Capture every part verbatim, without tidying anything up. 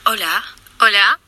Hola. Hola.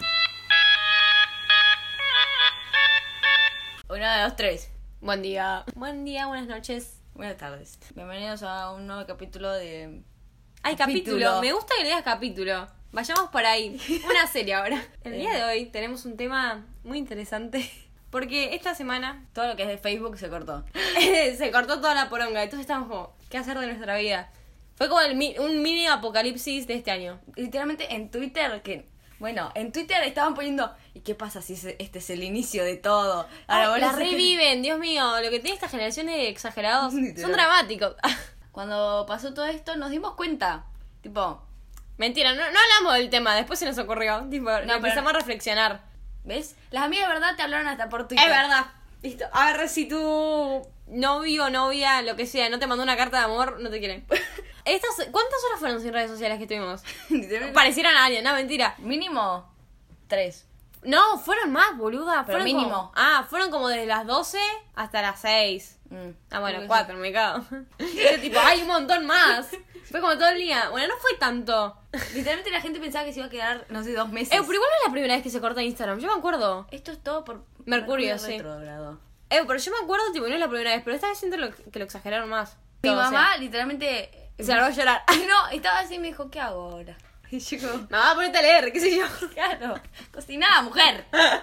Una, dos, tres. Buen día. Buen día, buenas noches. Buenas tardes. Bienvenidos a un nuevo capítulo de... Ay, capítulo. capítulo. Me gusta que le digas capítulo. Vayamos por ahí. Una serie ahora. El día de hoy tenemos un tema muy interesante. Porque esta semana... Todo lo que es de Facebook se cortó. se cortó toda la poronga. Entonces estamos como, ¿qué hacer de nuestra vida? Fue como el, un mini apocalipsis de este año. Literalmente en Twitter, que... Bueno, en Twitter estaban poniendo... ¿Y qué pasa si este es el inicio de todo? Ahora, oh, la reviven, Dios mío. Lo que tiene esta generación de exagerados son dramáticos. Cuando pasó todo esto nos dimos cuenta. Tipo... Mentira, no, no hablamos del tema. Después se nos ocurrió. Tipo, no, empezamos pero... a reflexionar. ¿Ves? Las amigas de verdad te hablaron hasta por Twitter. Es verdad. Listo. A ver, si tu novio o novia, lo que sea, no te mandó una carta de amor, no te quieren. Estas, ¿cuántas horas fueron sin redes sociales que tuvimos? Parecieran a alguien, no, mentira. Mínimo tres. No, fueron más, boluda. Pero fueron mínimo. Como, ah, fueron como desde las doce hasta las seis. Mm. Ah, bueno, cuatro, me cago. Yo tipo, hay un montón más. Fue como todo el día. Bueno, no fue tanto. Literalmente la gente pensaba que se iba a quedar, no sé, dos meses. Eh, pero igual no es la primera vez que se corta Instagram. Yo me acuerdo. Esto es todo por Mercurio, Mercurio sí. Retrógrado. Eh, pero yo me acuerdo, tipo, no es la primera vez. Pero esta vez siento lo, que lo exageraron más. Mi todo, mamá, o sea, literalmente... se largó a llorar. No, estaba así y me dijo, ¿qué hago ahora? Y yo como... Mamá, ponete a leer, qué sé yo. Claro. Cocinada, mujer.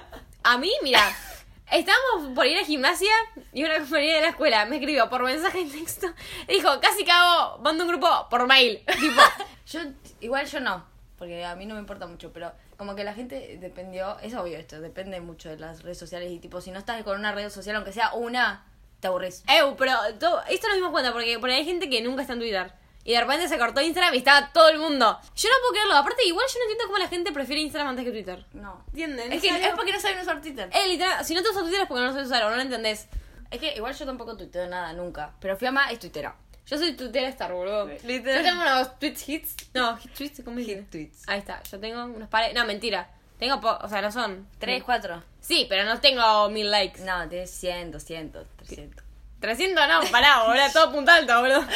A mí, mira... Estábamos por ir a gimnasia y una compañera de la escuela me escribió por mensaje de texto. Dijo, casi que hago, mando un grupo por mail. Tipo, yo, igual yo no, porque a mí no me importa mucho, pero como que la gente dependió, es obvio esto, depende mucho de las redes sociales y tipo, si no estás con una red social, aunque sea una, te aburrís. Eu, pero todo, esto nos dimos cuenta porque por ahí hay gente que nunca está en Twitter. Y de repente se cortó Instagram y estaba todo el mundo. Yo no puedo creerlo. Aparte, igual yo no entiendo cómo la gente prefiere Instagram antes que Twitter. No. ¿Entienden? Es que es porque no saben usar Twitter. Eh, literal, si no te usas Twitter es porque no lo sabes usar o no lo entendés. Es que igual yo tampoco tuiteo nada, nunca. Pero Fiamma es tuitera. Yo soy tuitera Star, boludo. Literal. Yo tengo unos tweets hits. No, hit tweets, ¿cómo Hit dice? tweets. Ahí está. Yo tengo unos pares. No, mentira. Tengo, po o sea, no son. ¿Tres, cuatro? Sí, pero no tengo mil likes. No, tienes cien, doscientos, trescientos. trescientos no, pará, boludo. Todo punto alto, boludo.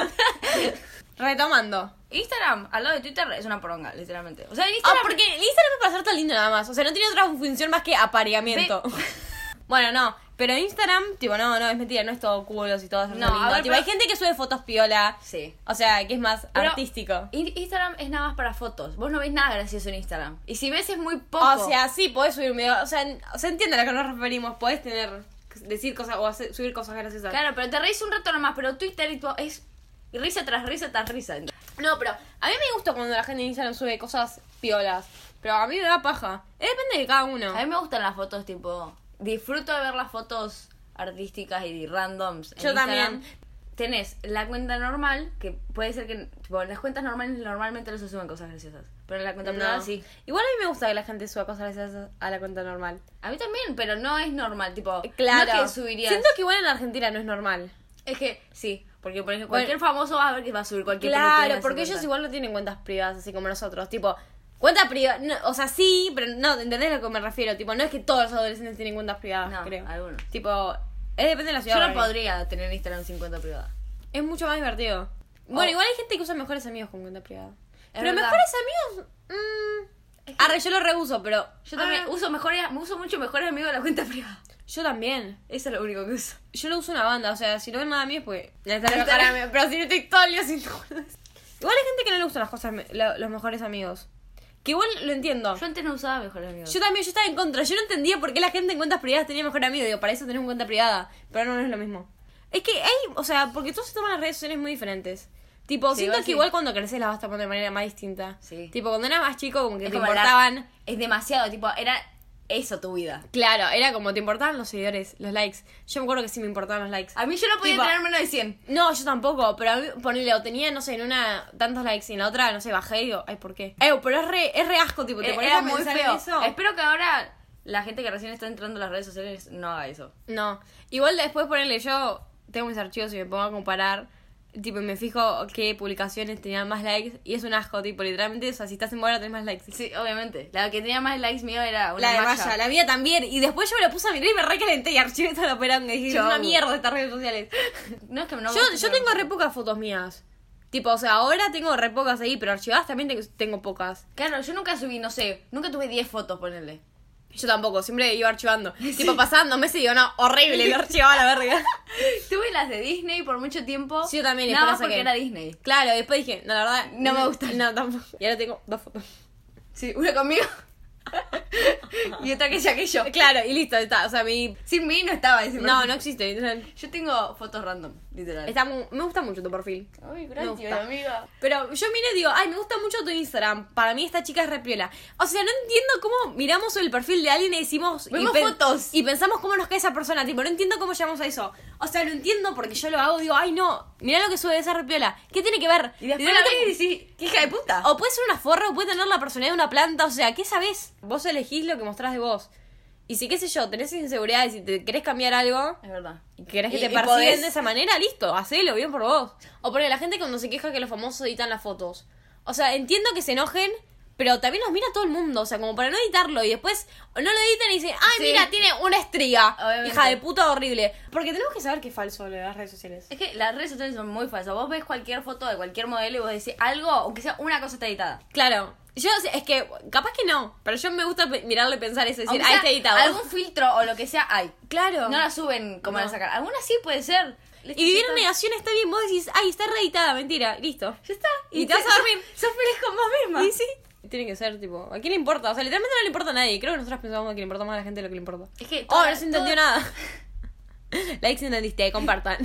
Retomando. Instagram, al lado de Twitter, es una poronga, literalmente. O sea, Instagram... Ah, porque el Instagram es para ser tan lindo nada más. O sea, no tiene otra función más que apareamiento. Bueno, no. Pero Instagram, tipo, no, no, es mentira. No es todo culos y todo eso. No, lindo. a ver, tipo, pero... hay gente que sube fotos piola. Sí. O sea, que es más pero artístico. Instagram es nada más para fotos. Vos no ves nada gracioso en Instagram. Y si ves es muy poco. O sea, sí, podés subir un video. O sea, se entiende a lo que nos referimos. Podés tener... Decir cosas o hacer, subir cosas graciosas. Claro, pero te reís un rato nomás. Pero Twitter y todo es... Y risa tras risa tras risa. No, pero a mí me gusta cuando la gente en Instagram sube cosas piolas. Pero a mí me da paja. Eh, depende de cada uno. A mí me gustan las fotos, tipo... Disfruto de ver las fotos artísticas y randoms. Yo también. Tenés la cuenta normal, que puede ser que... Tipo, las cuentas normales normalmente no se suben cosas graciosas. Pero en la cuenta privada no. sí. Igual a mí me gusta que la gente suba cosas graciosas a la cuenta normal. A mí también, pero no es normal. Tipo, claro. No que subirías... Siento que igual en Argentina no es normal. Es que, sí, porque por ejemplo, cualquier bueno, famoso va a ver que va a subir cualquier claro, porque ellos igual no tienen cuentas privadas así como nosotros, tipo, cuenta privada, no, o sea, sí, pero no, ¿entendés a lo que me refiero? Tipo, no es que todos los adolescentes tienen cuentas privadas, no, creo. algunos. Tipo, es depende de la ciudad. Yo no podría tener Instagram sin cuenta privada. Es mucho más divertido. Bueno, oh. igual hay gente que usa mejores amigos con cuenta privada. Es pero verdad. mejores amigos, mmm... Es que... Arre, yo lo reuso, pero... Yo también ah. uso mejores, me uso mucho mejores amigos de la cuenta privada. Yo también. Eso es lo único que uso. Yo lo uso una banda, o sea, si no ven nada mío es porque... Pero si no estoy todo el día sin... Igual hay gente que no le gustan las cosas, lo, los mejores amigos. Que igual lo entiendo. Yo antes no usaba mejores amigos. Yo también, yo estaba en contra. Yo no entendía por qué la gente en cuentas privadas tenía mejor amigo. Digo, para eso tenés una cuenta privada. Pero no, no es lo mismo. Es que hay, o sea, porque todos se toman las redes sociales muy diferentes. Tipo, sí, siento igual que sí. igual cuando creces las vas a tomar de manera más distinta. Sí. Tipo, cuando eras más chico, como que es te como importaban... Era, es demasiado, tipo, era eso tu vida. Claro, era como te importaban los seguidores, los likes. Yo me acuerdo que sí me importaban los likes. A mí yo no podía tipo, tener menos de cien. No, yo tampoco, pero a mí, ponele, o tenía, no sé, en una tantos likes y en la otra, no sé, bajé y digo, ay, ¿por qué? Eh, pero es re, es re asco, tipo, te pones era a muy pensar feo. en eso. Espero que ahora la gente que recién está entrando a las redes sociales no haga eso. No, igual después ponerle yo, tengo mis archivos y me pongo a comparar, tipo, me fijo qué publicaciones tenían más likes y es un asco, tipo, literalmente, o sea, si estás en Bora tenés más likes. Sí, obviamente. La que tenía más likes mío era una La de malla. Maya, la mía también. Y después yo me lo puse a mirar y me recalenté y archivé toda la peranga. Y dije, es una mierda estas redes sociales. No es que no Yo, yo tengo re pocas fotos mías. Tipo, o sea, ahora tengo re pocas ahí, pero archivadas también te- tengo pocas. Claro, yo nunca subí, no sé, nunca tuve diez fotos, ponele. Yo tampoco, siempre iba archivando. Sí. Tipo, pasaban dos meses y digo, no, horrible, lo archivaba a la verga. Tuve las de Disney por mucho tiempo. Sí, yo también, nada después más la saqué. porque era Disney. Claro, después dije, no, la verdad, No me gusta. No, tampoco. Y ahora tengo dos fotos. Sí, una conmigo y otra que ya que yo. Claro, y listo, está. O sea, mi... Sin mí no estaba ese No, perfil. no existe, literal. Yo tengo fotos random, literal. Está mu- me gusta mucho tu perfil. Ay, Me gracias, gusta. amiga. Pero yo miro y digo, ay, me gusta mucho tu Instagram. Para mí esta chica es re piola. O sea, no entiendo cómo miramos el perfil de alguien y decimos... Vemos y pen- fotos. Y pensamos cómo nos cae esa persona. Tipo, no entiendo cómo llegamos a eso. O sea, lo entiendo porque yo lo hago. Digo, ay, no, mirá lo que sube esa re piola. ¿Qué tiene que ver? Y después la Literalmente- ves y decís, ¿qué hija de puta? O puede ser una forra o puede tener la personalidad de una planta. O sea, ¿qué sabés? Vos elegís lo que mostrás de vos. Y si, qué sé yo, tenés inseguridades y te querés cambiar algo... Es verdad. Y querés que Y- te y persiguen podés- de esa manera, listo, hacelo, bien por vos. O por la gente cuando se queja que los famosos editan las fotos. O sea, entiendo que se enojen, pero también los mira todo el mundo. O sea, como para no editarlo y después no lo editan y dicen, ay, Sí. mira, tiene una estriga. Obviamente. Hija de puta horrible. Porque tenemos que saber que es falso lo de las redes sociales. Es que las redes sociales son muy falsas. Vos ves cualquier foto de cualquier modelo y vos decís algo, aunque sea una cosa está editada. Claro. Yo, o sea, es que, capaz que no, pero yo me gusta pe- mirarlo y pensar eso, decir, Aunque ah, sea está editado. algún filtro o lo que sea hay. Claro. No la suben como No. la sacan. Algunas sí puede ser. Y vivir en negación está bien, vos decís, ay, está reeditada, mentira, listo. Ya está. Y te vas a dormir. Sos feliz con vos misma. Y sí. Tiene que ser, tipo, ¿a quién le importa? O sea, literalmente no le importa a nadie. Creo que nosotros pensamos que le importa más a la gente de lo que le importa. Es que Oh, toda- no se entendió toda- nada. Likes entendiste, compartan.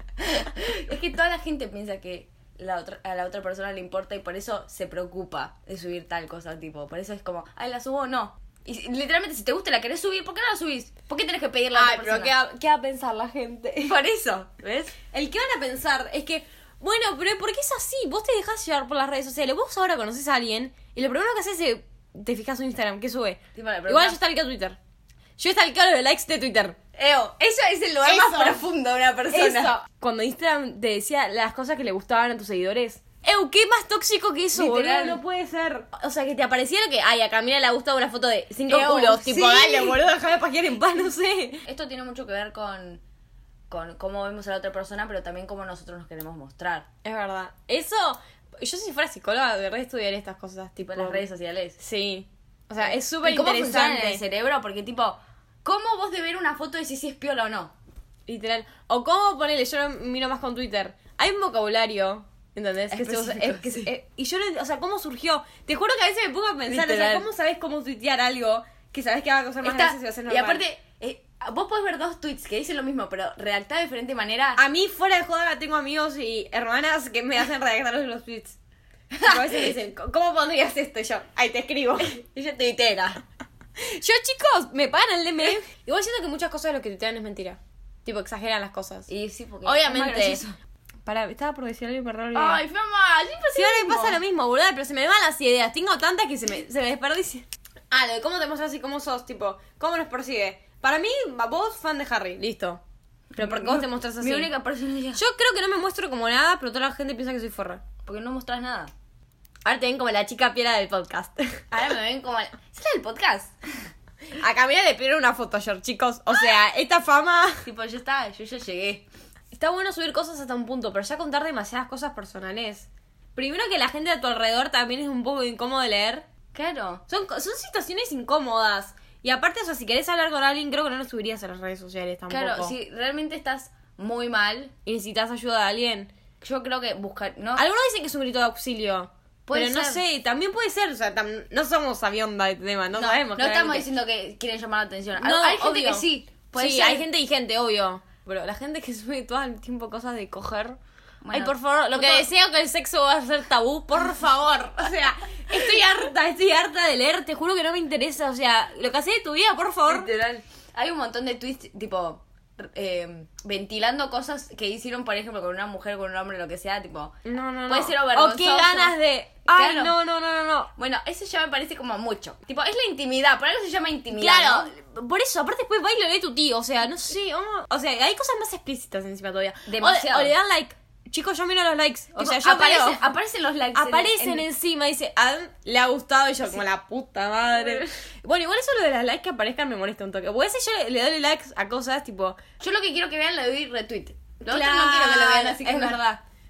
Es que toda la gente piensa que la otra, a la otra persona le importa y por eso se preocupa de subir tal cosa, tipo. Por eso es como, ay, ¿la subo o no? Y si- literalmente, si te gusta y la querés subir, ¿por qué no la subís? ¿Por qué tenés que pedirle a la Ay, otra pero ¿qué persona? va, ¿qué va a pensar la gente? Por eso, ¿ves? El que van a pensar es que, bueno, pero ¿por qué es así? Vos te dejás llevar por las redes sociales. Vos ahora conoces a alguien y lo primero que haces es te fijas su Instagram, ¿qué sube? Tipo, la pregunta- Igual yo stalkeo Twitter. Yo stalkeo los likes de Twitter. Eo, eso es el lugar Eso. más profundo de una persona. Eso. Cuando Instagram te decía las cosas que le gustaban a tus seguidores. Ew, qué más tóxico que eso, Literal. boludo. No puede ser. O sea, que te apareciera que, ay, a Camila le gusta una foto de cinco Ew, culos. Tipo, sí. dale, boludo, déjame pajear en paz, no sé. Esto tiene mucho que ver con, con cómo vemos a la otra persona, pero también cómo nosotros nos queremos mostrar. Es verdad. Eso, yo si fuera psicóloga, de re estudiar estas cosas, tipo. Tipo en las redes sociales. Sí. O sea, es súper ¿Y cómo funciona en el interesante. cerebro? Porque, tipo, ¿cómo vos de ver una foto decís si es piola o no? Literal. O cómo ponerle, yo lo miro más con Twitter. Hay un vocabulario, ¿entendés? Que se usa- Específico, es- que se- sí. eh, y yo no, o sea, ¿cómo surgió? Te juro que a veces me pongo a pensar, o sea, Literal. ¿cómo sabes cómo tuitear algo que sabes que va a causar más Está- gracia si va a ser y normal? aparte, eh, vos podés ver dos tweets que dicen lo mismo, pero redactados de diferente manera. A mí, fuera de joda, tengo amigos y hermanas que me hacen redactar los tweets. Tipo, a veces me dicen, ¿cómo pondrías esto? Y yo, ay, te escribo. Ella tuitera. Yo, chicos, me pagan el D M. Igual siento que muchas cosas de lo que tuitean es mentira. Tipo, exageran las cosas. Y sí, porque Obviamente. es más gracioso. Pará, estaba por decir algo, perdón. Ay, fue mal. Siempre Sí, hace ahora lo me pasa mismo. lo mismo, boludo, pero se me van las ideas. Tengo tantas que se me, se me desperdician. Ah, lo de cómo te mostras y cómo sos, tipo, cómo nos persigue. Para mí, vos, fan de Harry, listo. Pero ¿por qué vos te mostrás así? Mi única personalidad. Yo creo que no me muestro como nada, pero toda la gente piensa que soy forra. Porque no mostrás nada. Ahora te ven como la chica piedra del podcast. Ahora me ven como... ¿Es la del podcast? A Camila le pidieron una foto ayer, chicos. O sea, esta fama... Tipo, ya está, yo ya llegué. Está bueno subir cosas hasta un punto, pero ya contar demasiadas cosas personales. Primero que la gente a tu alrededor también es un poco incómodo de leer. Claro. Son, son situaciones incómodas. Y aparte, o sea, si querés hablar con alguien, creo que no lo subirías a las redes sociales tampoco. Claro, si realmente estás muy mal, Y necesitas ayuda de alguien. yo creo que buscar... ¿no? Algunos dicen que es un grito de auxilio. Puede pero no ser. sé, también puede ser. O sea, tam- no somos sabionda de tema, no, No, sabemos. no estamos claramente. diciendo que quieren llamar la atención. No, hay gente obvio. que sí. Puede Sí, ser. hay gente y gente, obvio. Pero la gente que sube todo el tiempo cosas de coger. Bueno, Ay, por favor, lo que foto- deseo que el sexo va a ser tabú, por favor. O sea, estoy harta, estoy harta de leer, te juro que no me interesa. O sea, lo que haces de tu vida, por favor. Literal. Hay un montón de tweets, tipo, eh, ventilando cosas que hicieron, por ejemplo, con una mujer, con un hombre, lo que sea, tipo... No, no, no. Puede ser O vergonzoso. qué ganas de... Ay, Claro. no, no, no, no, no. Bueno, eso ya me parece como mucho. Tipo, es la intimidad, por algo se llama intimidad, Claro, ¿no? por eso, aparte después va y lo lee tu tío, o sea, no sé, oh, o sea, hay cosas más explícitas encima todavía. Demasiado. O, o le dan like. Chicos, yo miro los likes. O Tipo, sea, yo aparece- veo- aparecen los likes. en- aparecen en- encima, dice, a Adam le ha gustado y yo como la puta madre. Bueno, igual eso lo de las likes que aparezcan me molesta un toque. Porque a veces yo le, le doy likes a cosas tipo... Yo lo que quiero que vean le doy retweet. Lo otro no quiero que lo vean así es como- verdad.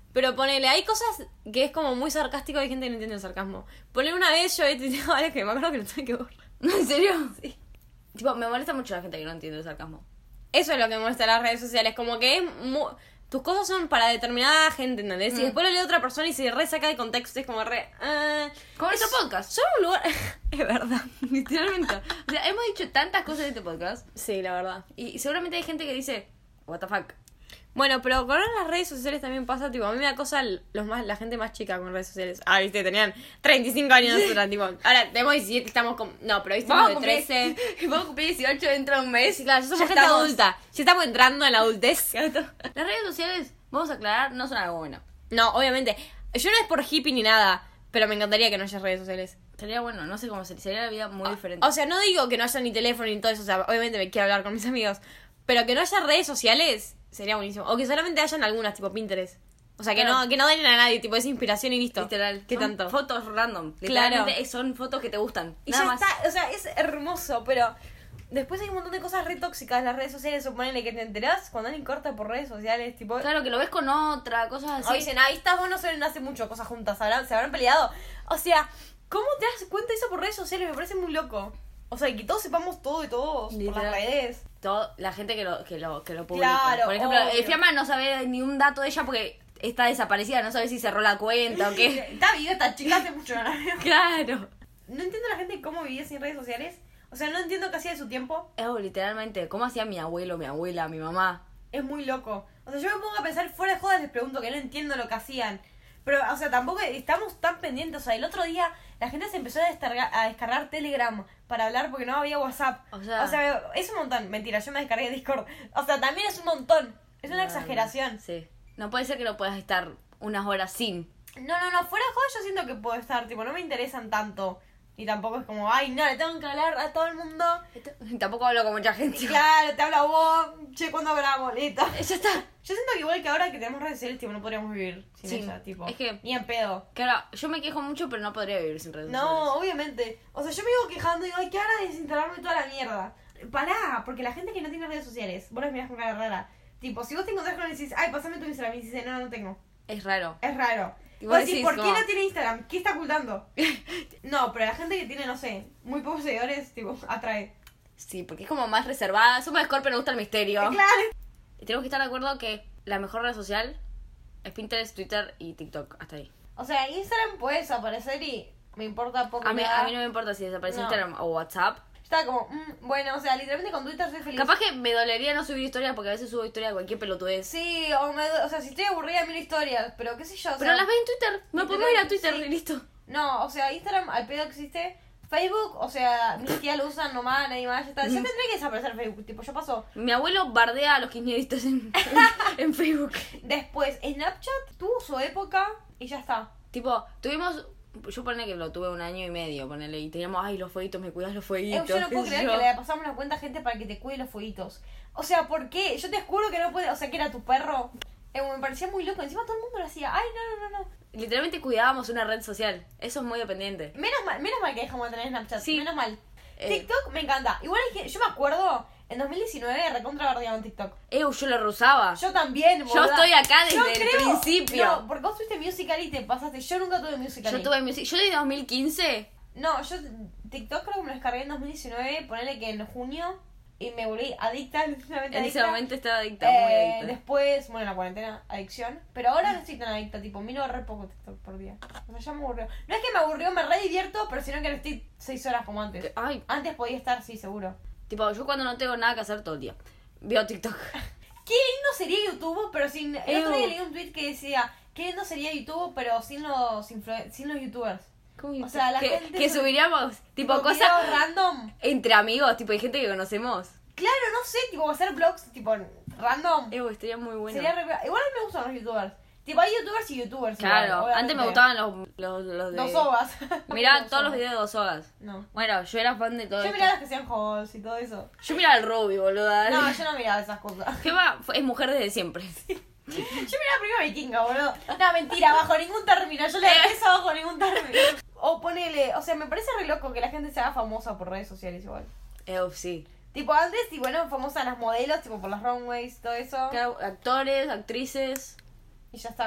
Pero ponele, hay cosas que es como muy sarcástico, hay gente que no entiende el sarcasmo. Ponele, una vez yo he tuiteado algo que me acuerdo que lo tuve que borrar. ¿En serio? Sí. Tipo, me molesta mucho la gente que no entiende el sarcasmo. Eso es lo que me muestra las redes sociales, como que es mu- tus cosas son para determinada gente, ¿entendés? Mm. Y después lo lee otra persona y se re saca de contexto, es como re... ah, Como es- nuestro podcast. Son un lugar... es verdad. Literalmente. O sea, hemos dicho tantas cosas de este podcast. Sí, la verdad. Y seguramente hay gente que dice, what the fuck. Bueno, pero con las redes sociales también pasa, tipo, a mí me da cosa los más, la gente más chica con redes sociales. Ah, viste, tenían treinta y cinco años nosotras, tipo, ahora tenemos diecisiete, estamos con... No, pero viste, Vamos a de cumplir, trece. vamos a cumplir dieciocho dentro de un mes. Sí, claro, ya somos Ya gente estamos. adulta. Ya estamos entrando en la adultez. Las redes sociales, vamos a aclarar, no son algo bueno. No, obviamente. Yo no es por hippie ni nada, pero me encantaría que no haya redes sociales. Sería bueno, no sé cómo sería, sería la vida muy diferente. O sea, no digo que no haya ni teléfono ni todo eso, o sea, obviamente me quiero hablar con mis amigos, pero que no haya redes sociales sería buenísimo. O que solamente hayan algunas, tipo Pinterest. O sea, que Claro. no que no den a nadie, tipo, es inspiración y listo. Literal. ¿Qué son tanto? Fotos random. Claro. Literalmente son fotos que te gustan. Y nada ya más. está, o sea, es hermoso, pero después hay un montón de cosas re tóxicas en las redes sociales. Suponele que te enterás cuando alguien corta por redes sociales, tipo... Claro, que lo ves con otra, cosas O así. dicen, ahí estás, vos no se ven hace mucho cosas juntas, ¿habrán- se habrán peleado. O sea, ¿cómo te das cuenta de eso por redes sociales? Me parece muy loco. O sea, y que todos sepamos todo y todos por Literal. las redes. Todo, la gente que lo, que lo, que lo publica. Claro, Por ejemplo, obvio. el Fiamma no sabe ni un dato de ella porque está desaparecida, no sabe si cerró la cuenta o qué. Está viva esta chica hace mucho, no la veo. Claro. No entiendo la gente cómo vivía sin redes sociales. O sea, no entiendo qué hacía de su tiempo. Es literalmente, ¿cómo hacía mi abuelo, mi abuela, mi mamá? Es muy loco. O sea, yo me pongo a pensar fuera de jodas, les pregunto que no entiendo lo que hacían. Pero, o sea, tampoco estamos tan pendientes. O sea, el otro día la gente se empezó a descargar, a descargar Telegram para hablar porque no había WhatsApp. O sea- es un montón. Mentira, yo me descargué Discord. O sea, también es un montón. Es una No, exageración. no, sí. No puede ser que no puedas estar unas horas sin. No, no, no. Fuera de jodas yo siento que puedo estar. Tipo, no me interesan tanto. Y tampoco es como, ay, no, le tengo que hablar a todo el mundo. Tampoco hablo con mucha gente. Claro, te habla vos. Che, ¿cuándo grabamos? Listo. Ya está. Yo siento que igual que ahora que tenemos redes sociales, tipo, no podríamos vivir sin Sí, ella, tipo. es que- Ni en pedo. Claro, yo me quejo mucho, pero no podría vivir sin redes No, sociales. obviamente. O sea, yo me iba quejando y digo, ay, qué hora de desinstalarme toda la mierda. Pará, porque la gente que no tiene redes sociales, vos las mirás con cara rara. Tipo, si vos te encontrás con él y decís, ay, pasame tu Instagram, y dices, no, no tengo. Es raro. Es raro. Y Y vos vos decís, decís, ¿por qué como- no tiene Instagram? ¿Qué está ocultando? No, pero la gente que tiene, no sé, muy pocos seguidores, tipo, atrae. Sí, porque es como más reservada. Somos Scorpio, nos gusta el misterio. Claro. Y tenemos que estar de acuerdo que la mejor red social es Pinterest, Twitter y TikTok. Hasta ahí. O sea, Instagram puede desaparecer y me importa poco. A mí, nada. a mí no me importa si desaparece No. Instagram o WhatsApp. Estaba como, mm, bueno, o sea, literalmente con Twitter soy feliz. Capaz que me dolería no subir historias porque a veces subo historias de cualquier pelotudez. Sí, o, me, o sea, si estoy aburrida, miro historias, pero qué sé yo. O Pero sea, las ves en Twitter. No podemos ir a Twitter Sí. y listo. No, o sea, Instagram al pedo existe. Facebook, o sea, mis tías lo usan nomás, nadie más, ya está. Ya tendría que desaparecer Facebook, tipo, ya pasó. Mi abuelo bardea a los kirchneristas en, en Facebook. Después, Snapchat tuvo su época y ya está. Tipo, tuvimos... Yo ponía que lo tuve un año y medio, ponele. Y teníamos, ay, los fueguitos, me cuidas los Eh, fueguitos. yo no puedo qué sé creer yo. que le pasamos la cuenta a gente para que te cuide los fueguitos. O sea, ¿por qué? Yo te juro que no puede, o sea, que era tu perro. Eh, me parecía muy loco, encima todo el mundo lo hacía. Ay, no, no, no, no. Literalmente cuidábamos una red social. Eso es muy dependiente. Menos mal, menos mal que dejamos de tener Snapchat. Sí. Menos mal. Eh. TikTok me encanta. Igual es que yo me acuerdo, en dos mil diecinueve recontra bardeaban TikTok. Eu, yo lo rusaba. Yo también, Yo boluda. estoy acá desde Yo el creo- principio. No, porque vos tuviste Musical.ly y te pasaste. Yo nunca tuve Musical.ly. Yo tuve music. Yo desde dos mil quince. No, yo TikTok creo que me lo descargué en dos mil diecinueve, ponele que en junio, y me volví adicta, literalmente En adicta. ese momento estaba adicta, muy Eh, adicta. después, bueno, en la cuarentena, adicción. Pero ahora no estoy tan adicta, tipo, miro re poco TikTok por día. O sea, ya me aburrió. No es que me aburrió, me re divierto, pero sino que no estoy seis horas como antes. Ay, Antes podía estar, sí, seguro. tipo, yo cuando no tengo nada que hacer todo el día, veo TikTok. Qué lindo sería YouTube, pero sin... El otro día Ew. leí un tweet que decía, qué lindo sería YouTube, pero sin los, influen- sin los youtubers. ¿Cómo O sea, la que, gente que sube- subiríamos, tipo, Tipo, cosas videos random. entre amigos, tipo, hay gente que conocemos. Claro, no sé, tipo, hacer vlogs, tipo, random. Ew, estaría muy bueno. Sería re... Igual me gustan los youtubers. Tipo, hay youtubers y youtubers. Claro, igual, antes me obviamente. gustaban los, los, los de... Dos hogas. Mirá Dos todos los hogas. videos de dos hogas. No. Bueno, yo era fan de todo Yo esto. miraba las que sean hauls y todo eso. Yo miraba al Ruby, boluda. No, yo no miraba esas cosas. Gema fue- es mujer desde siempre. Yo miraba Prima Vikinga, boludo. No, mentira, bajo ningún término. Yo le doy eso bajo ningún término. O ponele, o sea, me parece re loco que la gente se haga famosa por redes sociales igual. Ew, sí. Tipo, antes, tipo, eran famosas las modelos, tipo, por las runways, todo eso. Claro, actores, actrices. Y ya está.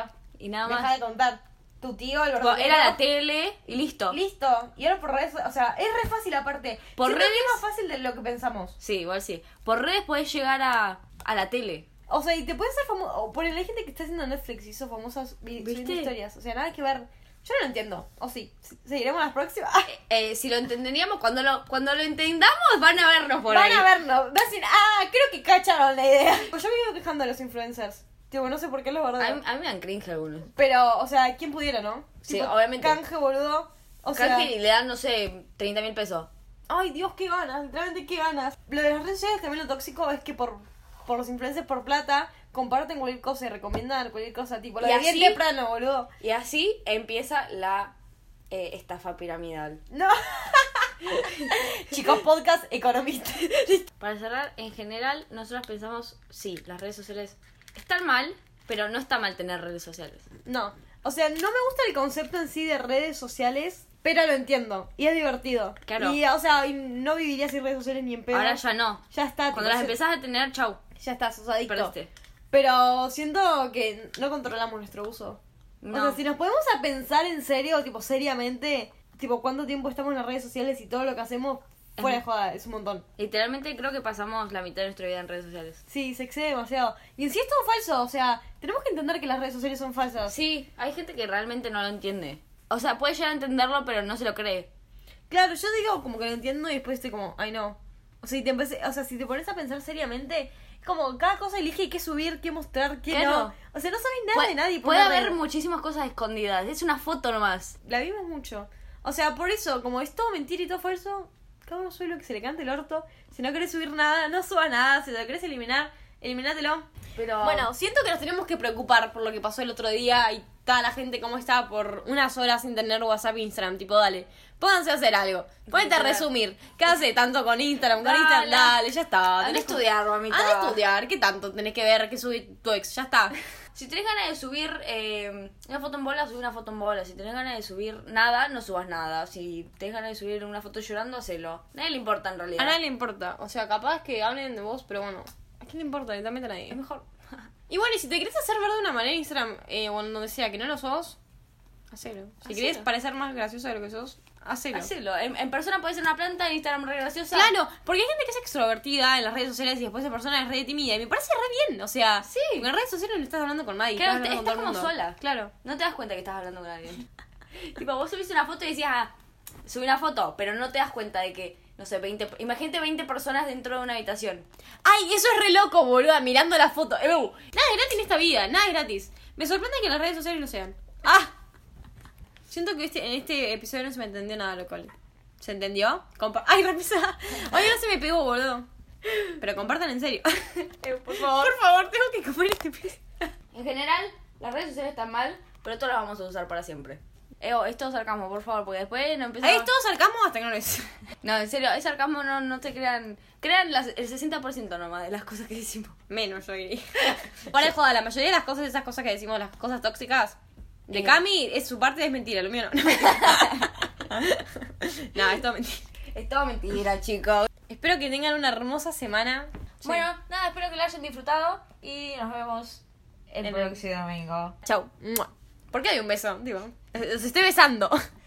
y nada Deja más. de contar. Tu tío, el Tipo, verdadero. era la tele y listo. Listo. Y ahora por redes, o sea, es re fácil aparte. Por Siento que redes- es más fácil de lo que pensamos. Sí, igual sí. Por redes podés llegar a, a la tele. O sea, y te puedes ser famoso. O por hay gente que está haciendo Netflix y hizo famosas vi- ¿Viste? subiendo historias. O sea, nada que ver. Yo no lo entiendo. O sí. ¿Seguiremos las próximas? Eh, si lo entenderíamos, cuando lo, cuando lo entendamos, van a vernos por Van ahí. a vernos. Van a decir, ah, creo que cacharon la idea. Pues yo me iba quejando de los influencers. Tipo, no sé por qué los verdad. A mí, a mí me dan cringe algunos. Pero, o sea, ¿quién pudiera, no? Sí, Tipo, obviamente. Canje, boludo. O sea, Canje y le dan, no sé, treinta mil pesos. ay, Dios, qué ganas. Literalmente, qué ganas. Lo de las redes sociales también lo tóxico es que por, por los influencers por plata comparten cualquier cosa y recomiendan cualquier cosa. Tipo, lo Y de bien así- temprano, boludo. Y así empieza la eh, estafa piramidal. No. Chicos, podcast economista. Para cerrar, en general, nosotros pensamos, sí, las redes sociales están mal, pero no está mal tener redes sociales. No. O sea, no me gusta el concepto en sí de redes sociales, pero lo entiendo. Y es divertido. Claro. Y, o sea, y no viviría sin redes sociales ni en pedo. Ahora ya no. Ya está. Cuando tipo, las se- empezás a tener, chau, Ya está, sos adicto. perdiste. Pero siento que no controlamos nuestro uso. No. O sea, si nos ponemos a pensar en serio, tipo, seriamente, tipo, cuánto tiempo estamos en las redes sociales y todo lo que hacemos, fuera de joda, es un montón. Literalmente creo que pasamos la mitad de nuestra vida en redes sociales. Sí, se excede demasiado. Y en sí es todo falso, o sea, tenemos que entender que las redes sociales son falsas. Sí, hay gente que realmente no lo entiende. O sea, puede llegar a entenderlo, pero no se lo cree. Claro, yo digo como que lo entiendo y después estoy como, ay no. O sea, si te, empecé, o sea, si te pones a pensar seriamente, es como cada cosa elige qué subir, qué mostrar, qué Claro. no. O sea, no sabes nada Puede, de nadie. por puede una haber red. muchísimas cosas escondidas. Es una foto nomás. La vimos mucho. O sea, por eso, como es todo mentira y todo falso, cada uno sube lo que se le cante el orto. Si no querés subir nada, no subas nada. Si lo querés eliminar, eliminátelo. Pero Bueno, siento que nos tenemos que preocupar por lo que pasó el otro día y toda la gente como está por unas horas sin tener WhatsApp e Instagram. Tipo, dale, pónganse a hacer algo. Ponete a Literal. resumir. ¿Qué hace tanto con Instagram? Con Dale. Instagram, dale, ya está. Anda a Tenés que- estudiar, mamita. Anda a estudiar. ¿Qué tanto tenés que ver? ¿Qué subir tu ex? Ya está. Si tenés ganas de subir eh, una foto en bola, subí una foto en bola. Si tenés ganas de subir nada, no subas nada. Si tenés ganas de subir una foto llorando, hacelo. A nadie le importa en realidad. A nadie le importa. O sea, capaz que hablen de vos, pero bueno. ¿A quién le importa? Literalmente a nadie. Es mejor. Y bueno, y si te querés hacer ver de una manera en Instagram eh, o en donde sea que no lo sos, hacelo. Si Hacelo. querés parecer más gracioso de lo que sos, hacelo. Hacelo. En, en persona puede ser una planta, en Instagram re graciosa. Claro, porque hay gente que es extrovertida en las redes sociales y después de persona es re tímida. Y me parece re bien, o sea, Sí. porque en redes sociales no estás hablando con nadie. Claro, estás, estás hablando con todo como el mundo. sola. Claro. No te das cuenta que estás hablando con alguien. Tipo, vos subís una foto y decías, ah, subí una foto, pero no te das cuenta de que, no sé, veinte... Imagínate veinte personas dentro de una habitación. Ay, eso es re loco, boluda, mirando la foto. Eh, uh, nada es gratis en esta vida, nada es gratis. Me sorprende que las redes sociales lo sean. ¡Ah! Siento que este, en este episodio no se me entendió nada lo cual. ¿Se entendió? Compa Ay, repisa. Ay, no se me pegó, boludo. Pero compartan en serio. Por favor. Por favor, tengo que comer este pez. En general, las redes sociales están mal, pero todas las vamos a usar para siempre. Eo, es todo sarcasmo, por favor, porque después no empezamos... Ahí es todo sarcasmo hasta que no lo es. No, en serio, es sarcasmo, no, no te crean... Crean las- el sesenta por ciento nomás de las cosas que decimos. Menos, yo diría. Para de joda, la mayoría de las cosas, esas cosas que decimos, las cosas tóxicas, de Eh. Cami, es su parte es mentira, lo mío no. No, mentira. No, es todo mentira. Es todo mentira, chicos. Espero que tengan una hermosa semana. Bueno, nada, espero que lo hayan disfrutado y nos vemos el El próximo domingo. Chau. Mua. ¿Por qué hay un beso? Digo, os estoy besando.